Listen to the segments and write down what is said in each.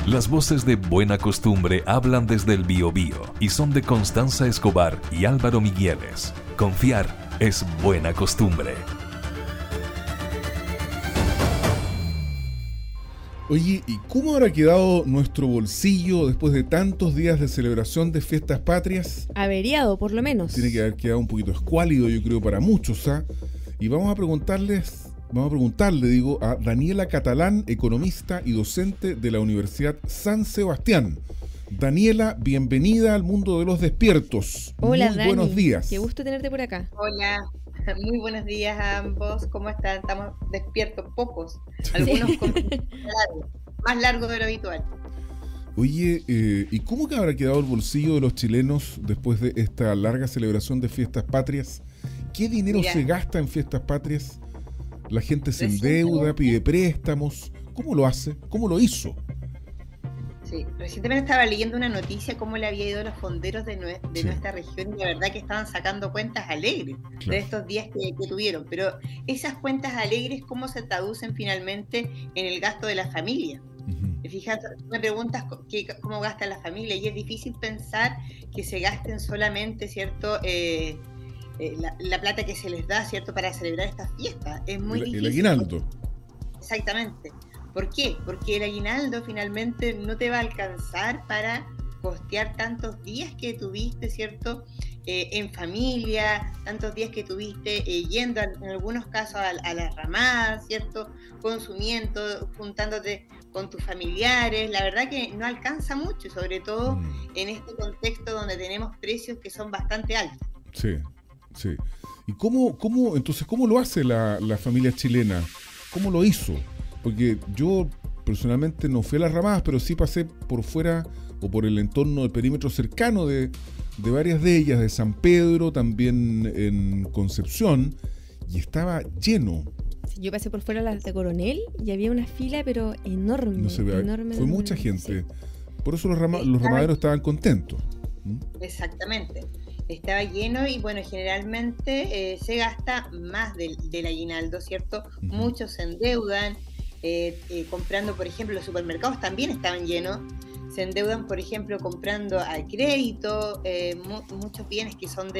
Las voces de Buena Costumbre hablan desde el Biobío y son de Constanza Escobar y Álvaro Migueles. Confiar es buena costumbre. Oye, ¿y cómo habrá quedado nuestro bolsillo después de tantos días de celebración de fiestas patrias? Averiado, por lo menos. Tiene que haber quedado un poquito escuálido, yo creo, para muchos, ¿ah? Y vamos a preguntarle, a Daniela Catalán, economista y docente de la Universidad San Sebastián. Daniela, bienvenida al mundo de los despiertos. Hola, muy Dani. Buenos días. Qué gusto tenerte por acá. Hola, muy buenos días a ambos. ¿Cómo están? Estamos despiertos, pocos. Algunos con más largo de lo habitual. Oye, ¿y cómo que habrá quedado el bolsillo de los chilenos después de esta larga celebración de fiestas patrias? ¿Qué dinero se gasta en fiestas patrias? ¿La gente se endeuda, pide préstamos? ¿Cómo lo hace? ¿Cómo lo hizo? Sí, recientemente estaba leyendo una noticia cómo le había ido a los fonderos de nuestra región y la verdad que estaban sacando cuentas alegres de estos días que tuvieron. Pero esas cuentas alegres, ¿cómo se traducen finalmente en el gasto de la familia? Fíjate, me preguntas cómo gasta la familia y es difícil pensar que se gasten solamente, ¿cierto? La plata que se les da, ¿cierto? Para celebrar estas fiestas. Es muy difícil. El aguinaldo. Exactamente. ¿Por qué? Porque el aguinaldo finalmente no te va a alcanzar para costear tantos días que tuviste, ¿cierto? En familia, tantos días que tuviste yendo en algunos casos a las ramadas, ¿cierto? Consumiendo, juntándote con tus familiares. La verdad que no alcanza mucho, sobre todo en este contexto donde tenemos precios que son bastante altos. Sí, sí. ¿Y cómo lo hace la familia chilena? ¿Cómo lo hizo? Porque yo personalmente no fui a las ramadas, pero sí pasé por fuera o por el entorno del perímetro cercano de varias de ellas, de San Pedro, también en Concepción, y estaba lleno. Yo pasé por fuera las de Coronel y había una fila, pero enorme. No se ve, enorme. Fue mucha gente. Sí. Por eso los ramaderos estaban contentos. Exactamente. Estaba lleno y bueno, generalmente se gasta más del aguinaldo, ¿cierto? Muchos se endeudan. Comprando, por ejemplo, los supermercados también estaban llenos, se endeudan, por ejemplo, comprando a crédito, muchos bienes que son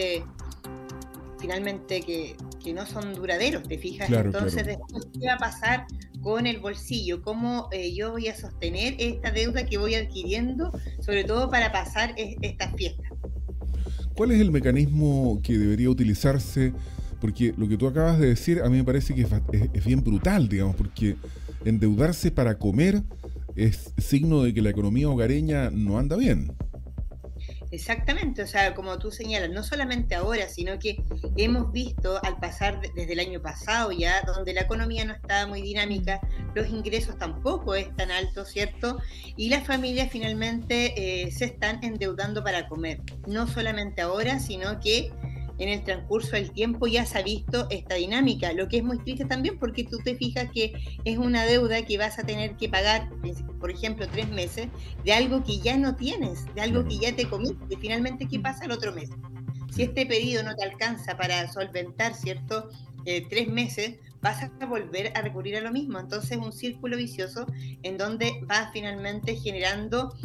finalmente que no son duraderos, ¿te fijas? Claro, entonces, claro. Después, ¿qué va a pasar con el bolsillo? ¿Cómo yo voy a sostener esta deuda que voy adquiriendo, sobre todo para pasar estas fiestas? ¿Cuál es el mecanismo que debería utilizarse? Porque lo que tú acabas de decir a mí me parece que es bien brutal, digamos, porque endeudarse para comer es signo de que la economía hogareña no anda bien. Exactamente, o sea, como tú señalas, no solamente ahora, sino que hemos visto al pasar desde el año pasado ya, donde la economía no estaba muy dinámica, los ingresos tampoco es tan altos, ¿cierto? Y las familias finalmente se están endeudando para comer, no solamente ahora, sino que en el transcurso del tiempo ya se ha visto esta dinámica, lo que es muy triste también porque tú te fijas que es una deuda que vas a tener que pagar, por ejemplo, 3 meses de algo que ya no tienes, de algo que ya te comiste. Finalmente, ¿qué pasa el otro mes? Si este pedido no te alcanza para solventar, ¿cierto? 3 meses, vas a volver a recurrir a lo mismo. Entonces, un círculo vicioso en donde vas finalmente generando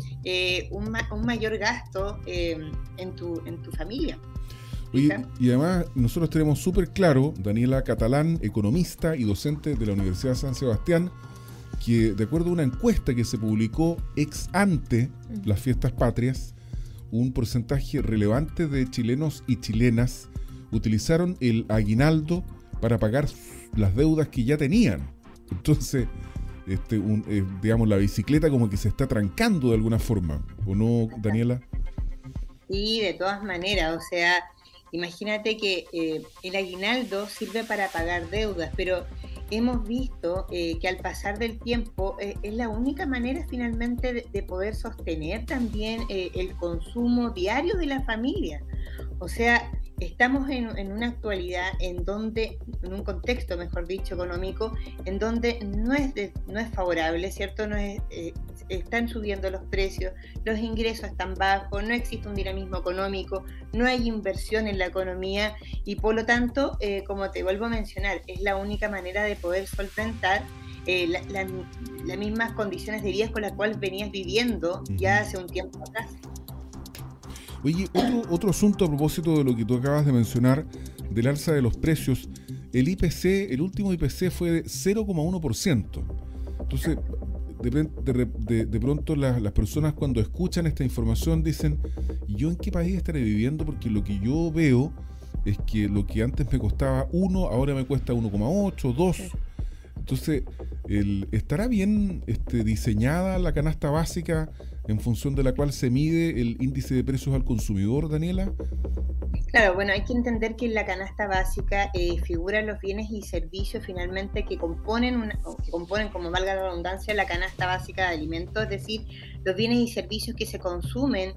un mayor gasto en tu familia. Oye, y además nosotros tenemos súper claro, Daniela Catalán, economista y docente de la Universidad San Sebastián, que de acuerdo a una encuesta que se publicó ex ante las fiestas patrias, un porcentaje relevante de chilenos y chilenas utilizaron el aguinaldo para pagar las deudas que ya tenían. Entonces, digamos, la bicicleta como que se está trancando de alguna forma, ¿o no, Daniela? Sí, de todas maneras, o sea, imagínate que el aguinaldo sirve para pagar deudas, pero hemos visto que al pasar del tiempo es la única manera finalmente de poder sostener también el consumo diario de la familia. O sea, estamos en una actualidad en un contexto, mejor dicho, económico, en donde no es favorable, ¿cierto? Están subiendo los precios, los ingresos están bajos, no existe un dinamismo económico, no hay inversión en la economía y por lo tanto, como te vuelvo a mencionar, es la única manera de poder solventar las mismas condiciones de vida con las cuales venías viviendo ya hace un tiempo atrás. Oye, otro asunto a propósito de lo que tú acabas de mencionar, del alza de los precios. El IPC, el último IPC fue de 0,1%. Entonces, de pronto las personas cuando escuchan esta información dicen, ¿yo en qué país estaré viviendo? Porque lo que yo veo es que lo que antes me costaba 1, ahora me cuesta 1,8, 2. Entonces, ¿estará bien diseñada la canasta básica en función de la cual se mide el índice de precios al consumidor, Daniela? Claro, bueno, hay que entender que en la canasta básica figuran los bienes y servicios finalmente que componen, como valga la redundancia, la canasta básica de alimentos, es decir, los bienes y servicios que se consumen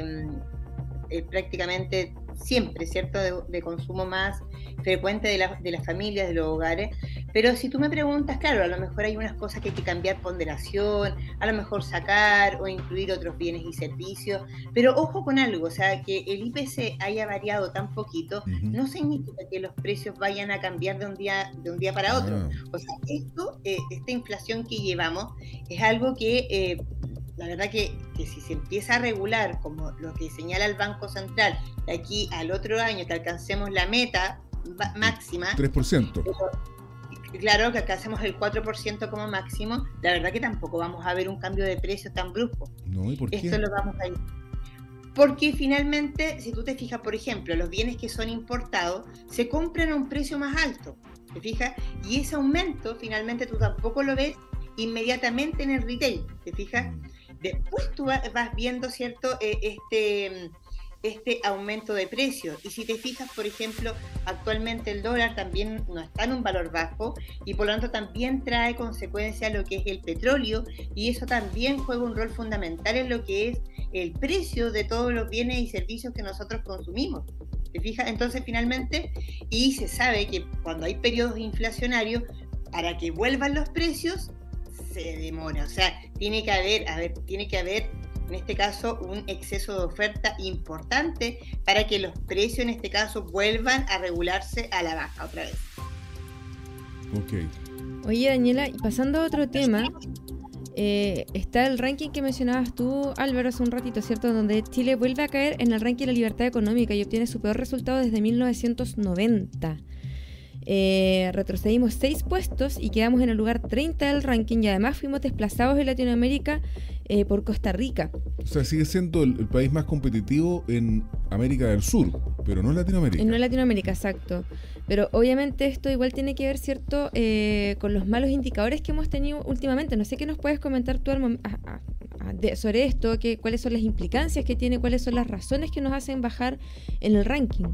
prácticamente siempre, ¿cierto? De consumo más frecuente de las familias, de los hogares. Pero si tú me preguntas, claro, a lo mejor hay unas cosas que hay que cambiar ponderación, a lo mejor sacar o incluir otros bienes y servicios, pero ojo con algo, o sea, que el IPC haya variado tan poquito, no significa que los precios vayan a cambiar de un día para otro. O sea, esta inflación que llevamos es algo que la verdad que si se empieza a regular, como lo que señala el Banco Central, de aquí al otro año que alcancemos la meta máxima, 3%. Claro, que alcancemos el 4% como máximo, la verdad que tampoco vamos a ver un cambio de precios tan brusco. No, ¿y por qué? Esto lo vamos a ir. Porque finalmente, si tú te fijas, por ejemplo, los bienes que son importados se compran a un precio más alto, ¿te fijas? Y ese aumento finalmente tú tampoco lo ves inmediatamente en el retail, ¿te fijas? Después tú vas viendo, ¿cierto?, este aumento de precios. Y si te fijas, por ejemplo, actualmente el dólar también no está en un valor bajo y por lo tanto también trae consecuencias lo que es el petróleo, y eso también juega un rol fundamental en lo que es el precio de todos los bienes y servicios que nosotros consumimos. ¿Te fijas? Entonces finalmente, y se sabe que cuando hay periodos inflacionarios, para que vuelvan los precios se demora, o sea, tiene que haber en este caso un exceso de oferta importante para que los precios en este caso vuelvan a regularse a la baja otra vez. Ok. Oye, Daniela, y pasando a otro tema, está el ranking que mencionabas tú, Álvaro, hace un ratito, ¿cierto? Donde Chile vuelve a caer en el ranking de la libertad económica y obtiene su peor resultado desde 1990. Retrocedimos 6 puestos y quedamos en el lugar 30 del ranking, y además fuimos desplazados en Latinoamérica por Costa Rica. O sea, sigue siendo el país más competitivo en América del Sur, pero no en Latinoamérica. No en Latinoamérica, exacto. Pero obviamente esto igual tiene que ver, ¿cierto?, con los malos indicadores que hemos tenido últimamente. No sé qué nos puedes comentar tú sobre esto, cuáles son las implicancias que tiene, cuáles son las razones que nos hacen bajar en el ranking.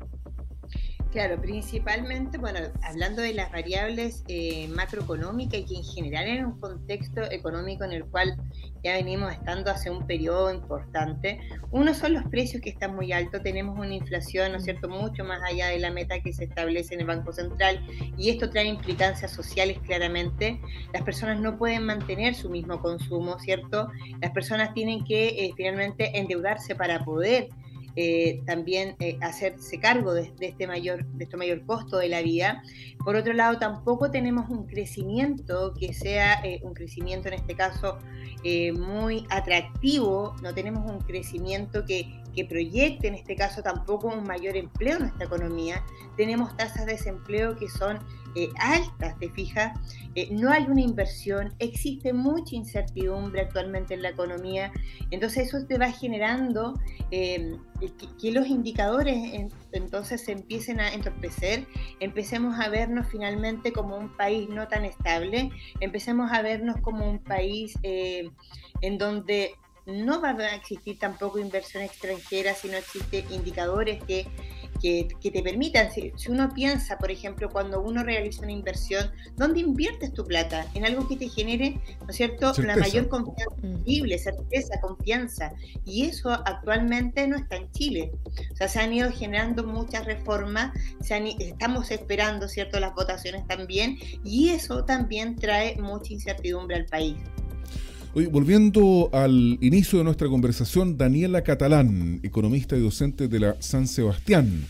Claro, principalmente, bueno, hablando de las variables macroeconómicas y que en general en un contexto económico en el cual ya venimos estando hace un periodo importante, uno son los precios que están muy altos, tenemos una inflación, ¿no es cierto?, mucho más allá de la meta que se establece en el Banco Central, y esto trae implicancias sociales claramente. Las personas no pueden mantener su mismo consumo, ¿cierto? Las personas tienen que finalmente endeudarse para poder también hacerse cargo de este mayor costo de la vida. Por otro lado, tampoco tenemos un crecimiento que sea un crecimiento en este caso muy atractivo, no tenemos un crecimiento que proyecte en este caso tampoco un mayor empleo en nuestra economía. Tenemos tasas de desempleo que son altas, ¿te fijas? No hay una inversión, existe mucha incertidumbre actualmente en la economía, entonces eso te va generando que los indicadores entonces se empiecen a entorpecer, empecemos a vernos finalmente como un país no tan estable, empecemos a vernos como un país en donde no va a existir tampoco inversión extranjera si no existen indicadores que te permitan. Si uno piensa, por ejemplo, cuando uno realiza una inversión, ¿dónde inviertes tu plata? En algo que te genere, ¿no es cierto?, certeza. La mayor confianza posible, certeza, confianza. Y eso actualmente no está en Chile. O sea, se han ido generando muchas reformas, estamos esperando, ¿cierto?, las votaciones también, y eso también trae mucha incertidumbre al país. Oye, volviendo al inicio de nuestra conversación, Daniela Catalán, economista y docente de la San Sebastián.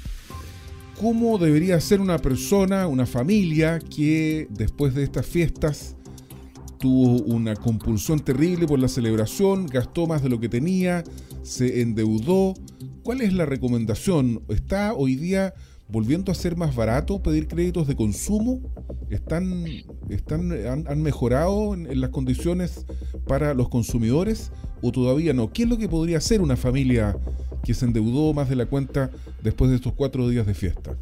¿Cómo debería ser una persona, una familia que después de estas fiestas tuvo una compulsión terrible por la celebración, gastó más de lo que tenía, se endeudó. ¿Cuál es la recomendación? ¿Está hoy día volviendo a ser más barato pedir créditos de consumo? ¿Han mejorado en las condiciones para los consumidores o todavía no? ¿Qué es lo que podría hacer una familia que se endeudó más de la cuenta después de estos 4 días de fiesta?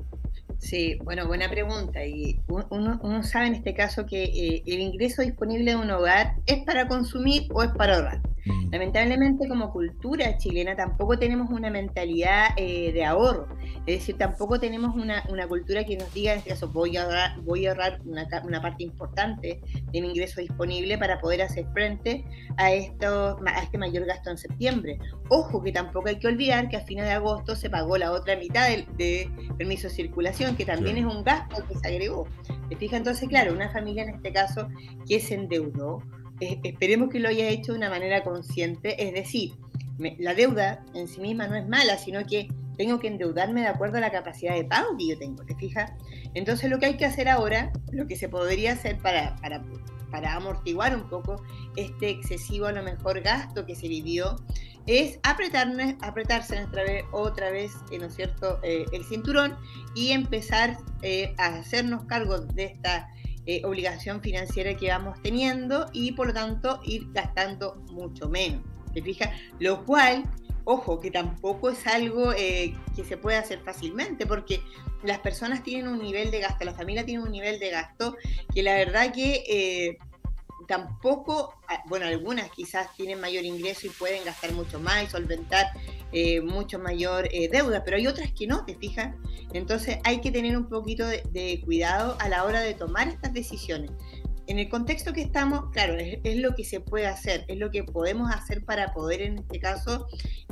Sí, bueno, buena pregunta. Y uno sabe en este caso que el ingreso disponible de un hogar es para consumir o es para ahorrar. Lamentablemente, como cultura chilena, tampoco tenemos una mentalidad de ahorro. Es decir, tampoco tenemos una cultura que nos diga, en este caso, voy a ahorrar una parte importante de mi ingreso disponible para poder hacer frente a este mayor gasto en septiembre. Ojo, que tampoco hay que olvidar que a fines de agosto se pagó la otra mitad de permiso de circulación, que también es un gasto que se agregó. ¿Te fijas? Entonces, claro, una familia en este caso que se endeudó, esperemos que lo haya hecho de una manera consciente, es decir, la deuda en sí misma no es mala, sino que tengo que endeudarme de acuerdo a la capacidad de pago que yo tengo, ¿te fijas? Entonces lo que hay que hacer ahora, lo que se podría hacer para amortiguar un poco este excesivo a lo mejor gasto que se vivió, es apretarse otra vez, ¿no es cierto?, el cinturón y empezar a hacernos cargo de esta obligación financiera que vamos teniendo y por lo tanto ir gastando mucho menos, ¿te fijas? Lo cual, ojo, que tampoco es algo que se puede hacer fácilmente, porque las personas tienen un nivel de gasto, la familia tiene un nivel de gasto que la verdad que tampoco, bueno, algunas quizás tienen mayor ingreso y pueden gastar mucho más y solventar mucho mayor deuda, pero hay otras que no, ¿te fijas? Entonces hay que tener un poquito de cuidado a la hora de tomar estas decisiones. En el contexto que estamos, claro, es lo que se puede hacer, es lo que podemos hacer para poder, en este caso,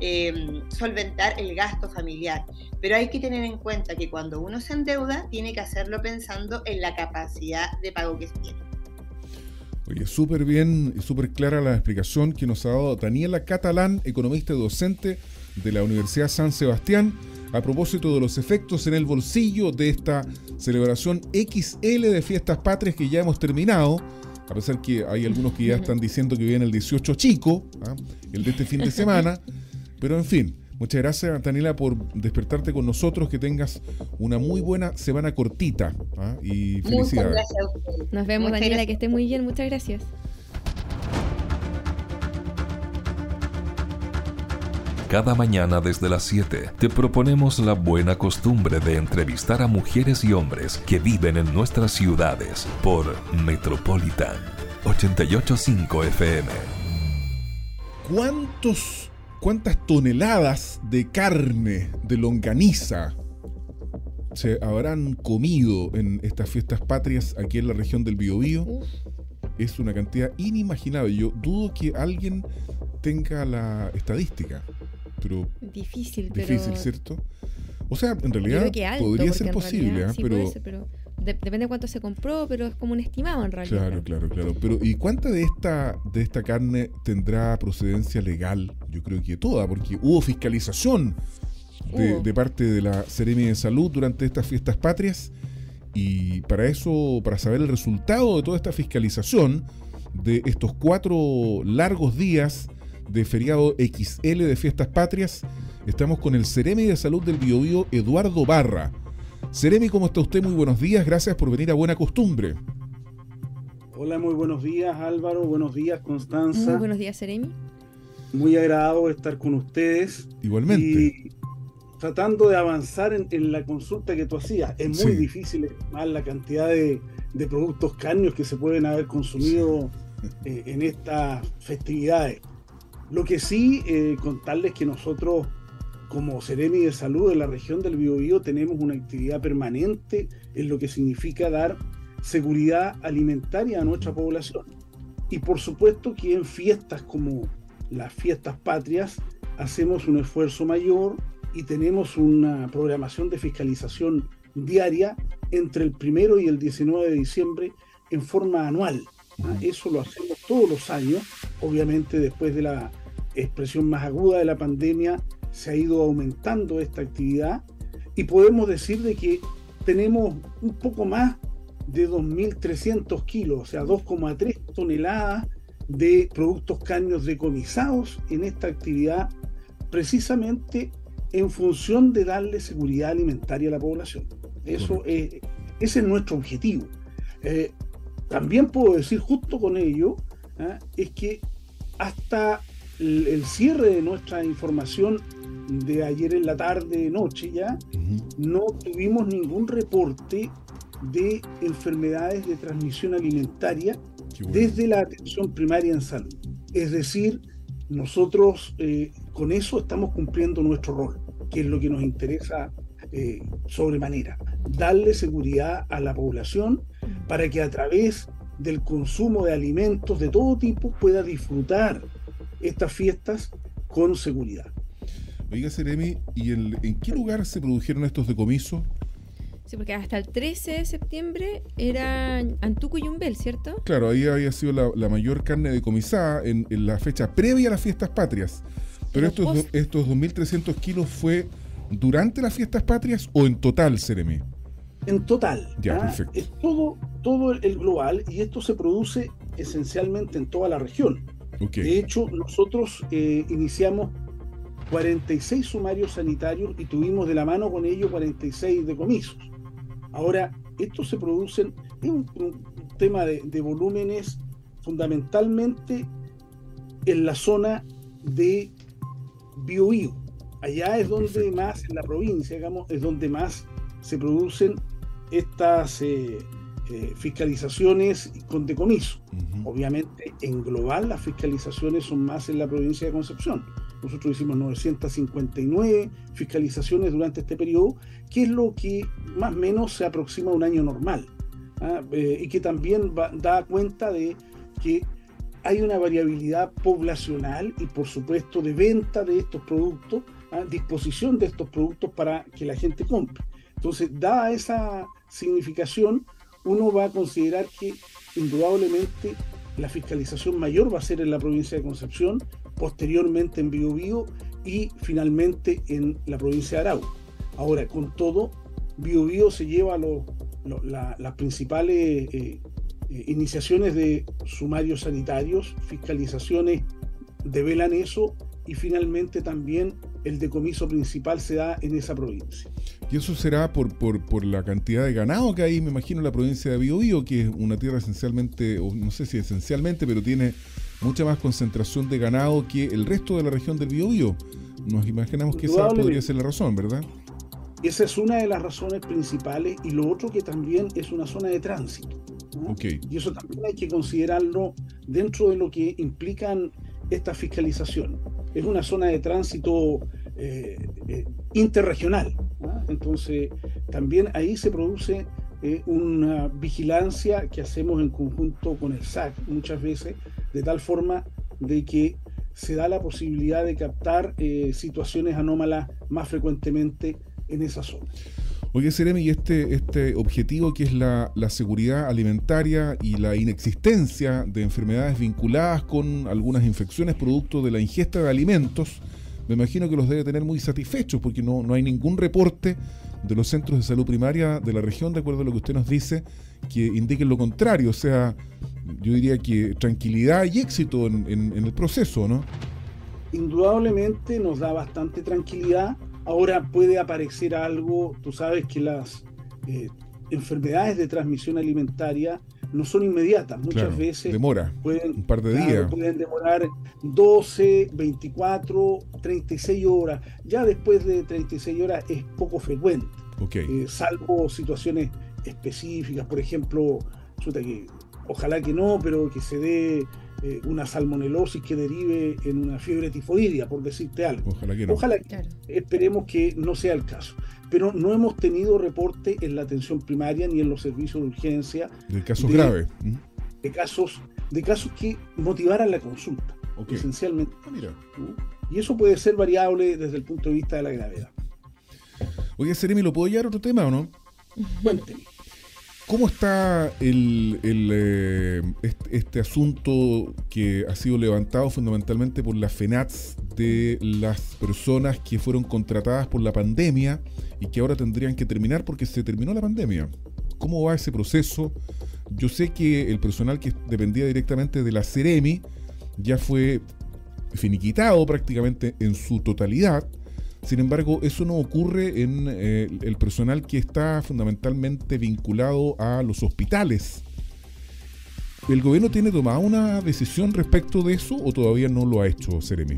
solventar el gasto familiar. Pero hay que tener en cuenta que cuando uno se endeuda, tiene que hacerlo pensando en la capacidad de pago que se tiene. Oye, súper bien y súper clara la explicación que nos ha dado Daniela Catalán, economista y docente de la Universidad San Sebastián, a propósito de los efectos en el bolsillo de esta celebración XL de Fiestas Patrias que ya hemos terminado, a pesar que hay algunos que ya están diciendo que viene el 18 chico, el de este fin de semana, pero en fin. Muchas gracias, Daniela, por despertarte con nosotros. Que tengas una muy buena semana cortita, y felicidades. Muchas gracias a ustedes. Nos vemos, Daniela, gracias. Que esté muy bien. Muchas gracias. Cada mañana desde las 7 te proponemos la buena costumbre de entrevistar a mujeres y hombres que viven en nuestras ciudades por Metropolitan 88.5 FM. ¿Cuántas toneladas de carne de longaniza se habrán comido en estas fiestas patrias aquí en la región del Biobío? Es una cantidad inimaginable. Yo dudo que alguien tenga la estadística, pero difícil, ¿cierto? O sea, en realidad podría ser posible, sí, pero depende de cuánto se compró, pero es como un estimado en realidad. Claro. Pero ¿y cuánta de esta carne tendrá procedencia legal? Yo creo que toda, porque hubo fiscalización de parte de la Seremi de Salud durante estas fiestas patrias, y para saber el resultado de toda esta fiscalización de estos 4 largos días de feriado XL de Fiestas Patrias, estamos con el Seremi de Salud del Biobío, Eduardo Barra. Seremi, ¿cómo está usted? Muy buenos días, gracias por venir a Buena Costumbre. Hola, muy buenos días, Álvaro, buenos días, Constanza. Muy buenos días, Seremi. Muy agradable estar con ustedes. Igualmente. Y tratando de avanzar en la consulta que tú hacías. Es muy difícil estimar la cantidad de productos cárneos que se pueden haber consumido en estas festividades. Lo que sí, contarles que nosotros, como Seremi de Salud de la región del Biobío, tenemos una actividad permanente en lo que significa dar seguridad alimentaria a nuestra población. Y por supuesto que en fiestas como las fiestas patrias hacemos un esfuerzo mayor y tenemos una programación de fiscalización diaria entre el 1 y el 19 de diciembre en forma anual. Eso lo hacemos todos los años. Obviamente, después de la expresión más aguda de la pandemia, se ha ido aumentando esta actividad y podemos decir de que tenemos un poco más de 2.300 kilos, o sea, 2,3 toneladas de productos caños decomisados en esta actividad, precisamente en función de darle seguridad alimentaria a la población. Ese es nuestro objetivo. También puedo decir, justo con ello, es que hasta el cierre de nuestra información de ayer en la tarde, noche ya, no tuvimos ningún reporte de enfermedades de transmisión alimentaria desde la atención primaria en salud. Es decir, nosotros con eso estamos cumpliendo nuestro rol, que es lo que nos interesa sobremanera, darle seguridad a la población para que a través del consumo de alimentos de todo tipo pueda disfrutar estas fiestas con seguridad. Oiga, Seremi, ¿y en qué lugar se produjeron estos decomisos? Sí, porque hasta el 13 de septiembre era Antuco y Yumbel, ¿cierto? Claro, ahí había sido la mayor carne decomisada en la fecha previa a las fiestas patrias. Pero estos 2.300 kilos fue durante las fiestas patrias o en total, Seremi. En total. Ya, perfecto. Es todo el global, y esto se produce esencialmente en toda la región. Okay. De hecho, nosotros iniciamos 46 sumarios sanitarios y tuvimos de la mano con ellos 46 decomisos. Ahora, estos se producen, es un tema de volúmenes fundamentalmente en la zona de Biobío. Allá es donde más, en la provincia, digamos, es donde más se producen estas fiscalizaciones con decomiso. Obviamente, en global, las fiscalizaciones son más en la provincia de Concepción. Nosotros hicimos 959 fiscalizaciones durante este periodo, que es lo que más o menos se aproxima a un año normal, y que también da cuenta de que hay una variabilidad poblacional y, por supuesto, de venta de estos productos, disposición de estos productos para que la gente compre. Entonces, dada esa significación, uno va a considerar que indudablemente la fiscalización mayor va a ser en la provincia de Concepción, posteriormente en Biobío y finalmente en la provincia de Arauco. Ahora, con todo, Biobío se lleva las principales iniciaciones de sumarios sanitarios, fiscalizaciones develan eso, y finalmente también el decomiso principal se da en esa provincia. Y eso será por la cantidad de ganado que hay, me imagino, en la provincia de Biobío, que es una tierra esencialmente, o no sé si esencialmente, pero tiene mucha más concentración de ganado que el resto de la región del Biobío. Nos imaginamos que esa podría ser la razón, ¿verdad? Esa es una de las razones principales, y lo otro que también es una zona de tránsito, ¿no? Okay. Y eso también hay que considerarlo dentro de lo que implican esta fiscalización. Es una zona de tránsito interregional, ¿no? Entonces también ahí se produce una vigilancia que hacemos en conjunto con el SAC muchas veces, de tal forma de que se da la posibilidad de captar situaciones anómalas más frecuentemente en esa zona. Oye, Seremi, y este objetivo que es la seguridad alimentaria y la inexistencia de enfermedades vinculadas con algunas infecciones producto de la ingesta de alimentos, me imagino que los debe tener muy satisfechos, porque no hay ningún reporte de los centros de salud primaria de la región, de acuerdo a lo que usted nos dice, que indiquen lo contrario. O sea, yo diría que tranquilidad y éxito en el proceso, ¿no? Indudablemente nos da bastante tranquilidad. Ahora puede aparecer algo, tú sabes que las enfermedades de transmisión alimentaria no son inmediatas, muchas veces demora un par de días. Pueden demorar 12, 24, 36 horas. Ya después de 36 horas es poco frecuente, salvo situaciones específicas, por ejemplo, ojalá que no, pero que se dé una salmonelosis que derive en una fiebre tifoidea, por decirte algo. Ojalá que no. Claro. Esperemos que no sea el caso. Pero no hemos tenido reporte en la atención primaria ni en los servicios de urgencia de casos graves. De casos que motivaran la consulta, esencialmente. Mira. Y eso puede ser variable desde el punto de vista de la gravedad. Oye, Seremi, ¿lo puedo llevar a otro tema o no? Cuénteme. ¿Cómo está este asunto que ha sido levantado fundamentalmente por las FENATS de las personas que fueron contratadas por la pandemia y que ahora tendrían que terminar porque se terminó la pandemia? ¿Cómo va ese proceso? Yo sé que el personal que dependía directamente de la Seremi ya fue finiquitado prácticamente en su totalidad. Sin embargo, eso no ocurre en el personal que está fundamentalmente vinculado a los hospitales. ¿El gobierno tiene tomado una decisión respecto de eso o todavía no lo ha hecho, Seremi?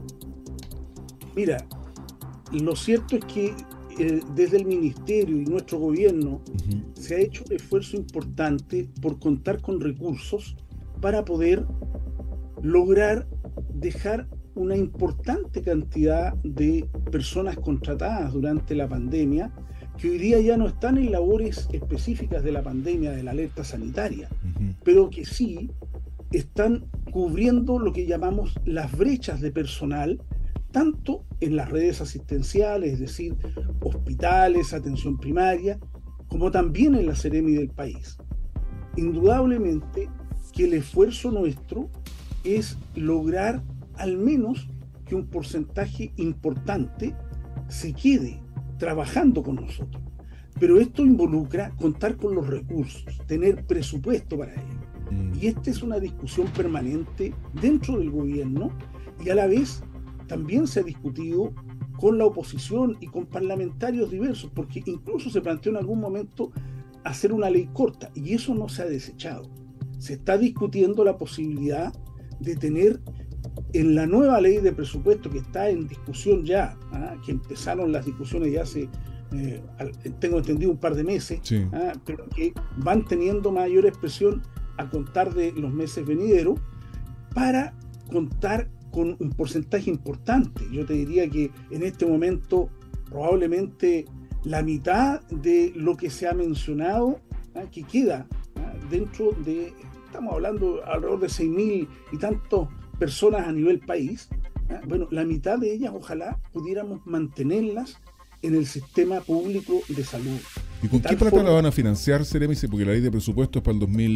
Mira, lo cierto es que desde el Ministerio y nuestro gobierno se ha hecho un esfuerzo importante por contar con recursos para poder lograr dejar una importante cantidad de personas contratadas durante la pandemia que hoy día ya no están en labores específicas de la pandemia, de la alerta sanitaria, pero que sí están cubriendo lo que llamamos las brechas de personal, tanto en las redes asistenciales, es decir, hospitales, atención primaria, como también en la Seremi del país. Indudablemente que el esfuerzo nuestro es lograr al menos que un porcentaje importante se quede trabajando con nosotros. Pero esto involucra contar con los recursos, tener presupuesto para ello. Y esta es una discusión permanente dentro del gobierno y a la vez también se ha discutido con la oposición y con parlamentarios diversos, porque incluso se planteó en algún momento hacer una ley corta y eso no se ha desechado. Se está discutiendo la posibilidad de tener en la nueva ley de presupuesto que está en discusión ya, que empezaron las discusiones ya hace, tengo entendido, un par de meses, sí, pero que van teniendo mayor expresión a contar de los meses venideros, para contar con un porcentaje importante. Yo te diría que en este momento probablemente la mitad de lo que se ha mencionado que queda dentro de, estamos hablando alrededor de 6.000 y tantos personas a nivel país, bueno, la mitad de ellas ojalá pudiéramos mantenerlas en el sistema público de salud. ¿Y con qué plata la van a financiar, Seremi? Porque la ley de presupuesto es para el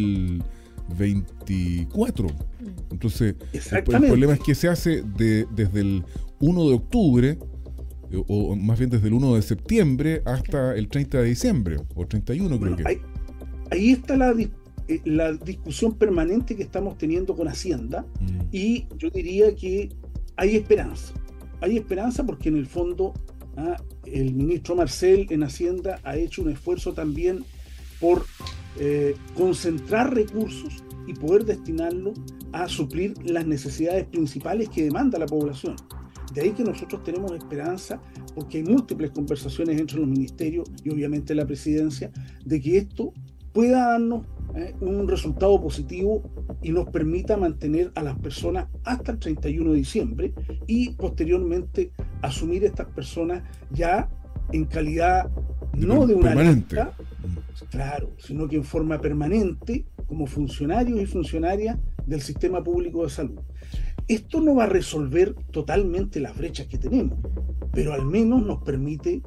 2024. Entonces, el problema es que se hace desde el 1 de octubre, o más bien desde el 1 de septiembre hasta el 30 de diciembre, o 31 creo que. Ahí está la discusión permanente que estamos teniendo con Hacienda, y yo diría que hay esperanza. Hay esperanza porque en el fondo el ministro Marcel en Hacienda ha hecho un esfuerzo también por concentrar recursos y poder destinarlos a suplir las necesidades principales que demanda la población. De ahí que nosotros tenemos esperanza, porque hay múltiples conversaciones entre los ministerios y obviamente la presidencia, de que esto pueda darnos un resultado positivo y nos permita mantener a las personas hasta el 31 de diciembre y posteriormente asumir estas personas ya en calidad no de una lista, claro, sino que en forma permanente como funcionarios y funcionarias del sistema público de salud. Esto no va a resolver totalmente las brechas que tenemos, pero al menos nos permite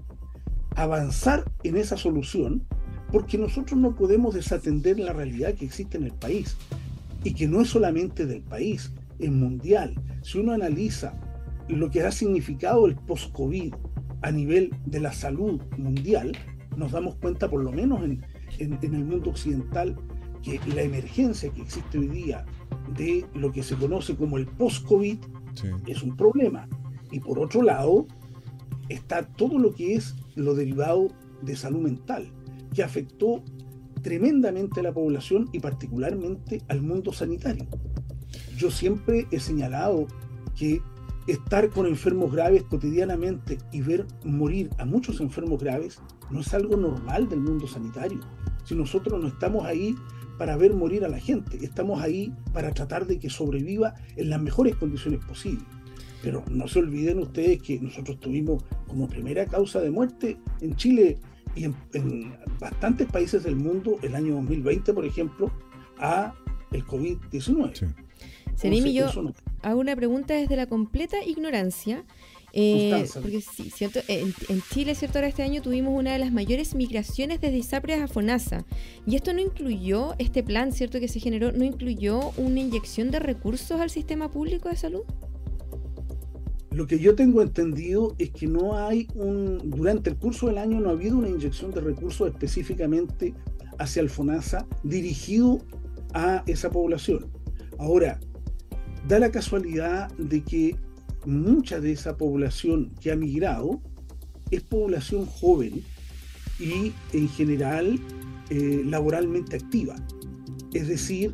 avanzar en esa solución, porque nosotros no podemos desatender la realidad que existe en el país y que no es solamente del país, es mundial. Si uno analiza lo que ha significado el post-COVID a nivel de la salud mundial, nos damos cuenta, por lo menos en el mundo occidental, que la emergencia que existe hoy día de lo que se conoce como el post-COVID es un problema. Y por otro lado está todo lo que es lo derivado de salud mental, que afectó tremendamente a la población y particularmente al mundo sanitario. Yo siempre he señalado que estar con enfermos graves cotidianamente y ver morir a muchos enfermos graves no es algo normal del mundo sanitario. Si nosotros no estamos ahí para ver morir a la gente, estamos ahí para tratar de que sobreviva en las mejores condiciones posibles. Pero no se olviden ustedes que nosotros tuvimos como primera causa de muerte en Chile y en bastantes países del mundo, el año 2020, por ejemplo, a el COVID-19. Sí. Seremi, yo hago una pregunta desde la completa ignorancia. Porque sí, ¿cierto? En Chile, ¿cierto? Ahora este año tuvimos una de las mayores migraciones desde ISAPRE a FONASA. Y esto no incluyó, este plan, ¿cierto? Que se generó, ¿no incluyó una inyección de recursos al sistema público de salud? Lo que yo tengo entendido es que no hay durante el curso del año no ha habido una inyección de recursos específicamente hacia el FONASA dirigido a esa población. Ahora, da la casualidad de que mucha de esa población que ha migrado es población joven y en general laboralmente activa. Es decir,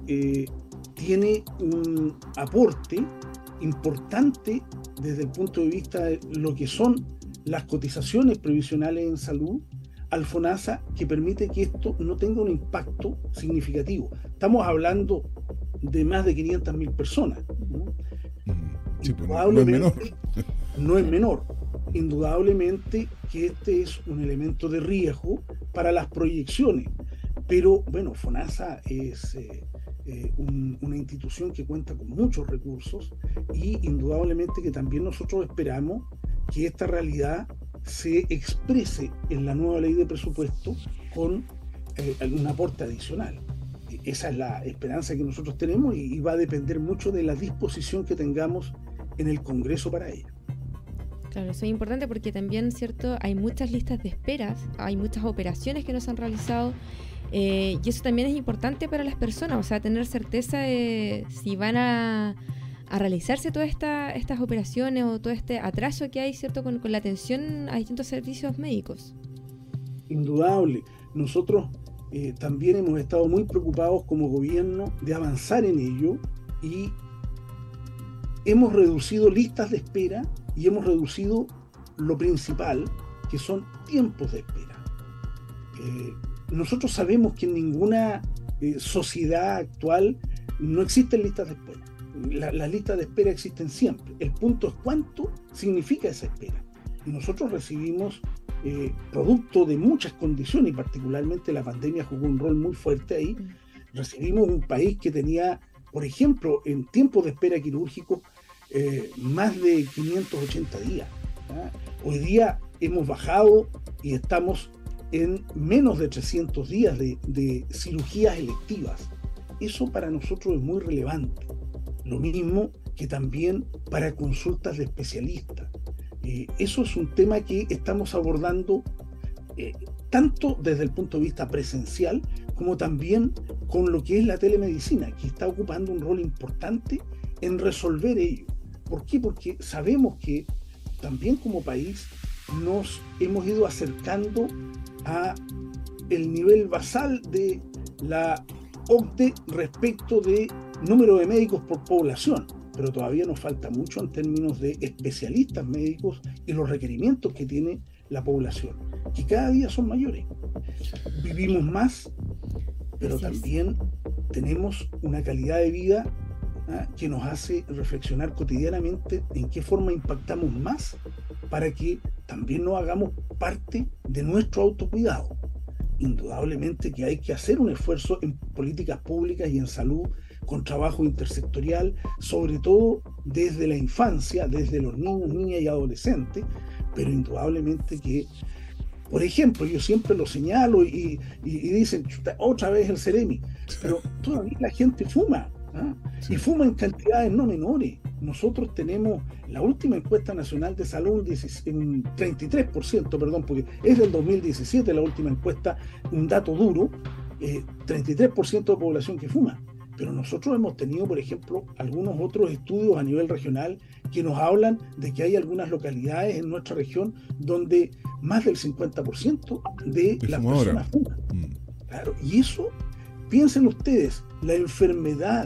tiene un aporte importante desde el punto de vista de lo que son las cotizaciones previsionales en salud al FONASA, que permite que esto no tenga un impacto significativo. Estamos hablando de más de 500.000 personas, ¿no? Sí, pues no es menor. No es menor. Indudablemente que este es un elemento de riesgo para las proyecciones, pero bueno, FONASA es una institución que cuenta con muchos recursos y indudablemente que también nosotros esperamos que esta realidad se exprese en la nueva ley de presupuesto con algún aporte adicional. Esa es la esperanza que nosotros tenemos y va a depender mucho de la disposición que tengamos en el Congreso para ello. Claro, eso es importante porque también, ¿cierto? Hay muchas listas de esperas, hay muchas operaciones que no se han realizado y eso también es importante para las personas, o sea, tener certeza de si van a realizarse todas estas operaciones o todo este atraso que hay, ¿cierto? Con la atención a distintos servicios médicos. Indudable. Nosotros también hemos estado muy preocupados como gobierno de avanzar en ello y hemos reducido listas de espera y hemos reducido lo principal, que son tiempos de espera. Nosotros sabemos que en ninguna sociedad actual no existen listas de espera. Las listas de espera existen siempre. El punto es cuánto significa esa espera. Y nosotros recibimos, producto de muchas condiciones, y particularmente la pandemia jugó un rol muy fuerte ahí, recibimos un país que tenía, por ejemplo, en tiempos de espera quirúrgicos, más de 580 días. Hoy día hemos bajado y estamos en menos de 300 días de cirugías electivas. Eso para nosotros es muy relevante. Lo mismo que también para consultas de especialistas. Eso es un tema que estamos abordando tanto desde el punto de vista presencial como también con lo que es la telemedicina, que está ocupando un rol importante en resolver ello. ¿Por qué? Porque sabemos que también como país nos hemos ido acercando a el nivel basal de la OCDE respecto de número de médicos por población, pero todavía nos falta mucho en términos de especialistas médicos y los requerimientos que tiene la población, que cada día son mayores. Vivimos más, pero también tenemos una calidad de vida que nos hace reflexionar cotidianamente en qué forma impactamos más para que también nos hagamos parte de nuestro autocuidado. Indudablemente que hay que hacer un esfuerzo en políticas públicas y en salud con trabajo intersectorial, sobre todo desde la infancia, desde los niños, niñas y adolescentes, pero indudablemente que, por ejemplo, yo siempre lo señalo y dicen, otra vez el Ceremi, pero todavía la gente fuma, y fuma en cantidades no menores. Nosotros tenemos la última encuesta nacional de salud, un 33%, perdón, porque es del 2017 la última encuesta, un dato duro, 33% de población que fuma. Pero nosotros hemos tenido, por ejemplo, algunos otros estudios a nivel regional que nos hablan de que hay algunas localidades en nuestra región donde más del 50% de las personas fuman. Claro, y eso, piensen ustedes, la enfermedad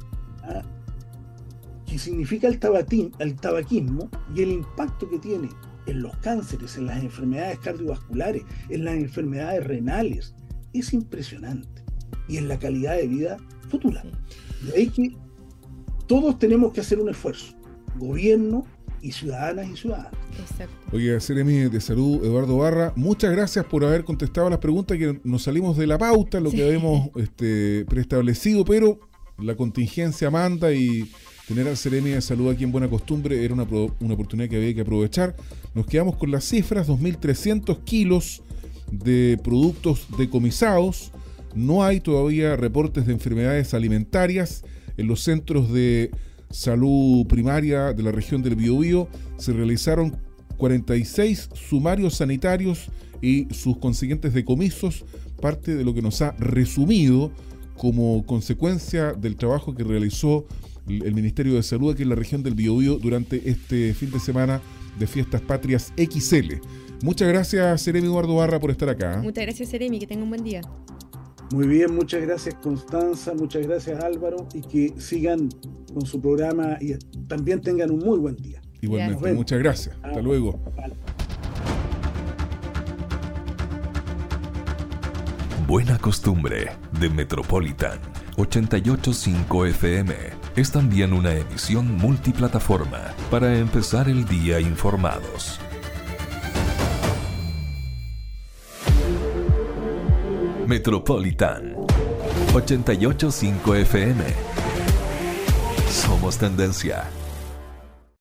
que significa el tabaquismo y el impacto que tiene en los cánceres, en las enfermedades cardiovasculares, en las enfermedades renales, es impresionante. Y en la calidad de vida futura. De ahí que todos tenemos que hacer un esfuerzo, gobierno y ciudadanas y ciudadanos. Exacto. Oiga, Ceremi de Salud, Eduardo Barra, muchas gracias por haber contestado las preguntas, que nos salimos de la pauta, lo que habíamos preestablecido, pero la contingencia manda y tener al Ceremi de Salud aquí en Buena Costumbre era una oportunidad que había que aprovechar. Nos quedamos con las cifras: 2.300 kilos de productos decomisados. No hay todavía reportes de enfermedades alimentarias. En los centros de salud primaria de la región del Biobío se realizaron 46 sumarios sanitarios y sus consiguientes decomisos parte de lo que nos ha resumido como consecuencia del trabajo que realizó el Ministerio de Salud aquí en la región del Biobío durante este fin de semana de Fiestas Patrias XL. Muchas gracias, Seremi Eduardo Barra, por estar acá. Muchas gracias, Seremi, que tenga un buen día. Muy bien, muchas gracias, Constanza, muchas gracias, Álvaro, y que sigan con su programa y también tengan un muy buen día. Igualmente, muchas gracias. Hasta luego. Buena Costumbre de Metropolitan 88.5 FM es también una emisión multiplataforma para empezar el día informados. Metropolitan 88.5 FM. Somos tendencia.